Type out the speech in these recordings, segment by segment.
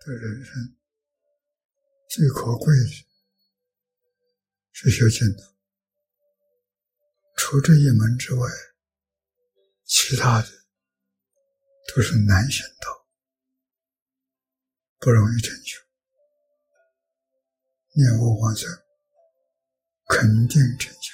的人生最可贵的是修净土，除这一门之外，其他的都是难行道，不容易成就。念佛往生肯定成就。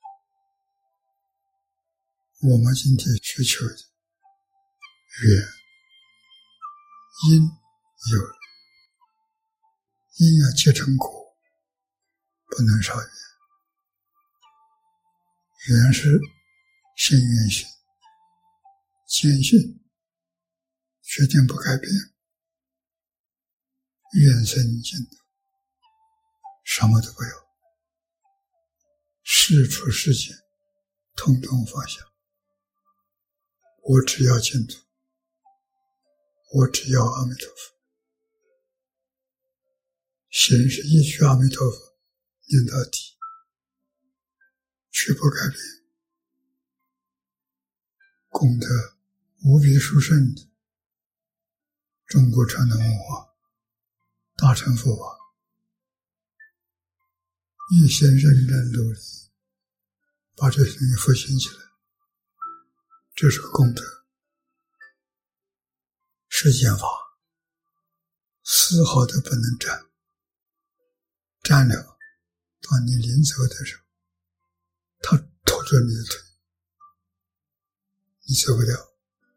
我们今天需求的缘因有了，因要结成果，不能少缘。缘是信愿行，坚信决定不改变，愿生净土，什么都不要，世出世间统统放下。我只要净土，我只要阿弥陀佛。心是一句阿弥陀佛念到底，绝不改变。功德无比殊胜的中国传统文化，大乘佛法，一心认真努力，把这些东西复兴起来，这是个功德。世间法丝毫都不能沾，沾了，当你临走的时候，他拖着你的腿，你走不了。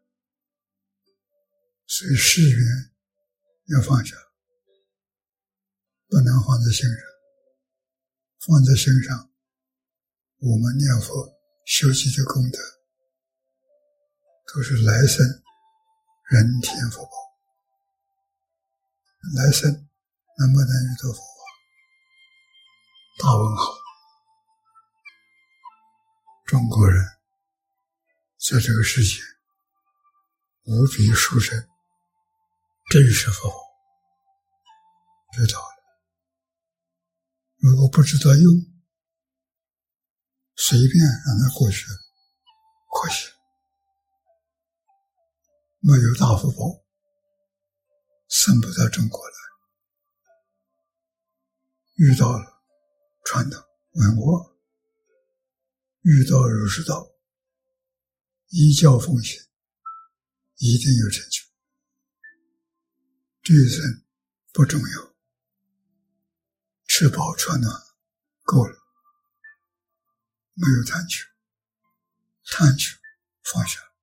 所以世缘要放下，不能放在心上。放在心上，我们念佛修习的功德都是来生人天福报。来生能不能遇到佛法？大问号。中国人在这个世界无比殊胜，真实佛法知道了。如果不知道用，随便让它过去，可惜没有大福报，生不到中国来。遇到了传统文化，遇到儒释道，依教奉行，一定有成就。这一生不重要，吃饱穿暖够了，没有贪求，贪求放下。